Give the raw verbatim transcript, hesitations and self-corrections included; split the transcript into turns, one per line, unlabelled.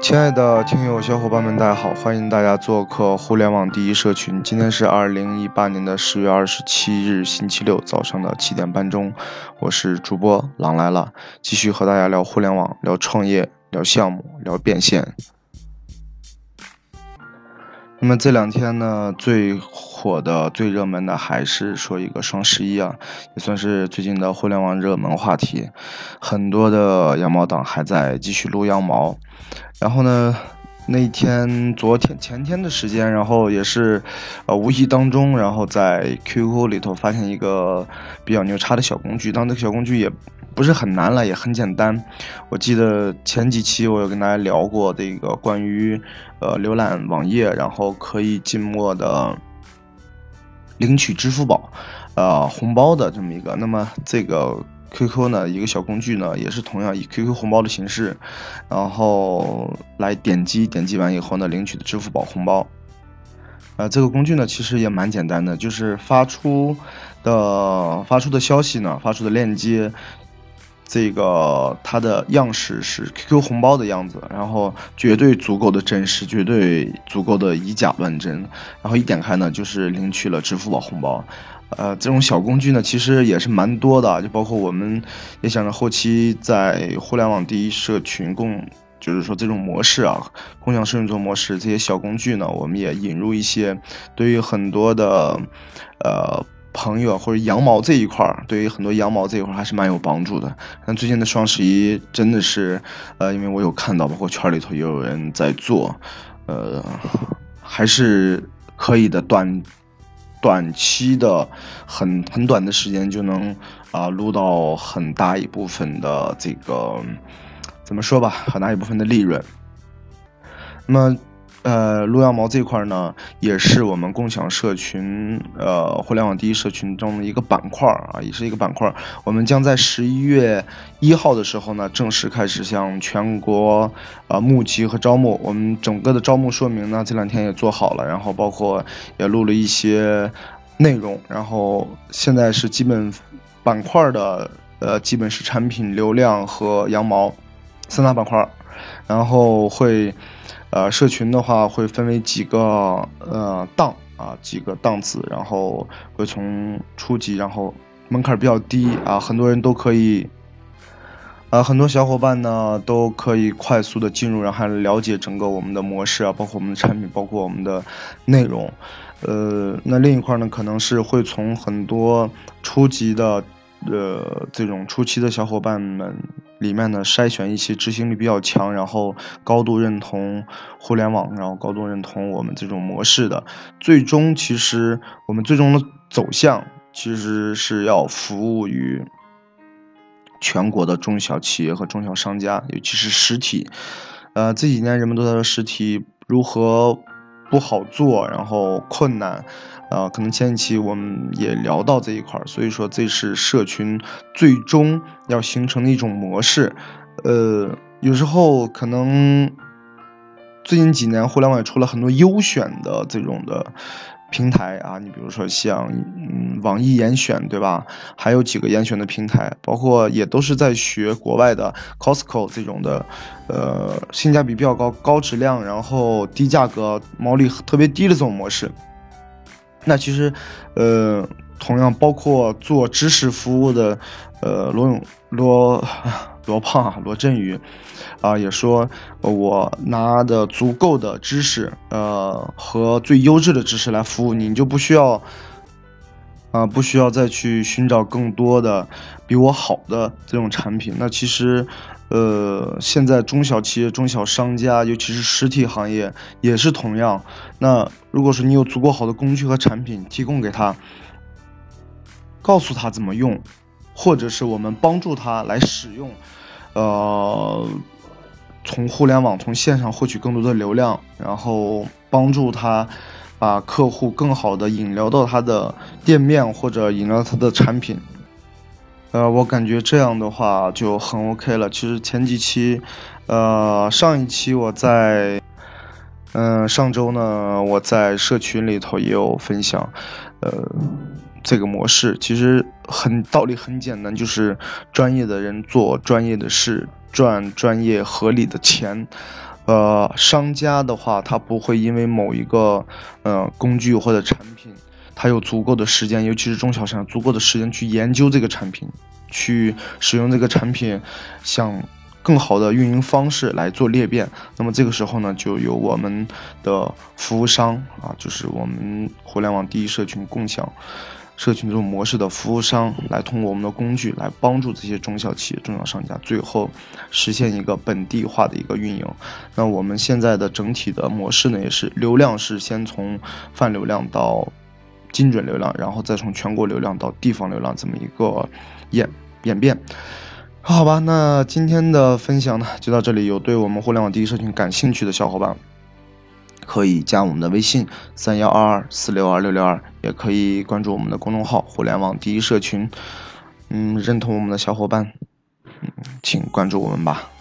亲爱的听友小伙伴们，大家好，欢迎大家做客互联网第一社群。今天是二零一八年的十月二十七日，星期六早上的七点半钟，我是主播狼来了，继续和大家聊互联网，聊创业，聊项目，聊变现。那么这两天呢，最火的、最热门的还是说一个双十一啊，也算是最近的互联网热门话题。很多的羊毛党还在继续撸羊毛，然后呢，那一天、昨天、前天的时间，然后也是，呃，无意当中，然后在 Q Q 里头发现一个比较牛叉的小工具，当这个小工具也不是很难了，也很简单。我记得前几期我有跟大家聊过这个关于呃浏览网页，然后可以静默的领取支付宝呃红包的这么一个。那么这个 Q Q 呢，一个小工具呢，也是同样以 Q Q 红包的形式，然后来点击，点击完以后呢，领取的支付宝红包。呃，这个工具呢，其实也蛮简单的，就是发出的发出的消息呢，发出的链接，这个它的样式是 Q Q 红包的样子，然后绝对足够的真实，绝对足够的以假乱真，然后一点开呢，就是领取了支付宝红包。呃，这种小工具呢，其实也是蛮多的，就包括我们也想着后期在互联网第一社群共，就是说这种模式啊，共享社群做模式，这些小工具呢，我们也引入一些，对于很多的呃朋友或者羊毛这一块儿，对于很多羊毛这一块还是蛮有帮助的。但最近的双十一真的是，呃，因为我有看到，包括圈里头也有人在做，呃，还是可以的，短。短期的很很短的时间就能啊、呃、撸到很大一部分的这个怎么说吧，很大一部分的利润。那么呃撸羊毛这块呢，也是我们共享社群呃互联网第一社群中的一个板块啊，也是一个板块。我们将在十一月一号的时候呢，正式开始向全国呃募集和招募。我们整个的招募说明呢，这两天也做好了，然后包括也录了一些内容，然后现在是基本板块的呃基本是产品、流量和羊毛三大板块，然后会。呃，社群的话会分为几个呃档啊，几个档次，然后会从初级，然后门槛比较低啊，很多人都可以，呃，很多小伙伴呢都可以快速的进入，然后还了解整个我们的模式啊，包括我们的产品，包括我们的内容。呃，那另一块呢，可能是会从很多初级的。呃，这种初期的小伙伴们里面呢，筛选一些执行力比较强，然后高度认同互联网，然后高度认同我们这种模式的，最终其实我们最终的走向其实是要服务于全国的中小企业和中小商家，尤其是实体。呃，这几年人们都在说实体如何不好做，然后困难。呃，可能前几期我们也聊到这一块，所以说这是社群最终要形成的一种模式。呃，有时候可能最近几年互联网也出了很多优选的这种的平台啊，你比如说像嗯网易严选，对吧？还有几个严选的平台，包括也都是在学国外的 Costco 这种的，呃，性价比比较高、高质量，然后低价格、毛利特别低的这种模式。那其实，呃，同样包括做知识服务的，呃，罗永罗罗胖啊，罗振宇，啊、呃，也说、呃、我拿的足够的知识，呃，和最优质的知识来服务你，你就不需要，啊、呃，不需要再去寻找更多的比我好的这种产品。那其实。呃，现在中小企业、中小商家，尤其是实体行业，也是同样。那如果说你有足够好的工具和产品提供给他，告诉他怎么用，或者是我们帮助他来使用，呃，从互联网、从线上获取更多的流量，然后帮助他把客户更好的引流到他的店面或者引流到他的产品。呃，我感觉这样的话就很 OK 了。其实前几期，呃，上一期我在，嗯、呃，上周呢，我在社群里头也有分享，呃，这个模式其实很道理很简单，就是专业的人做专业的事，赚专业合理的钱。 呃，商家的话，他不会因为某一个呃工具或者产品，他有足够的时间，尤其是中小商足够的时间去研究这个产品，去使用这个产品，想更好的运营方式来做裂变。那么这个时候呢，就由我们的服务商啊，就是我们互联网第一社群共享社群这种模式的服务商，来通过我们的工具来帮助这些中小企业、中小商家，最后实现一个本地化的一个运营。那我们现在的整体的模式呢，也是流量是先从泛流量到精准流量，然后再从全国流量到地方流量这么一个演演变。好吧，那今天的分享呢就到这里。有对我们互联网第一社群感兴趣的小伙伴，可以加我们的微信三幺二二四六二六六二，也可以关注我们的公众号互联网第一社群。嗯，认同我们的小伙伴，嗯，请关注我们吧。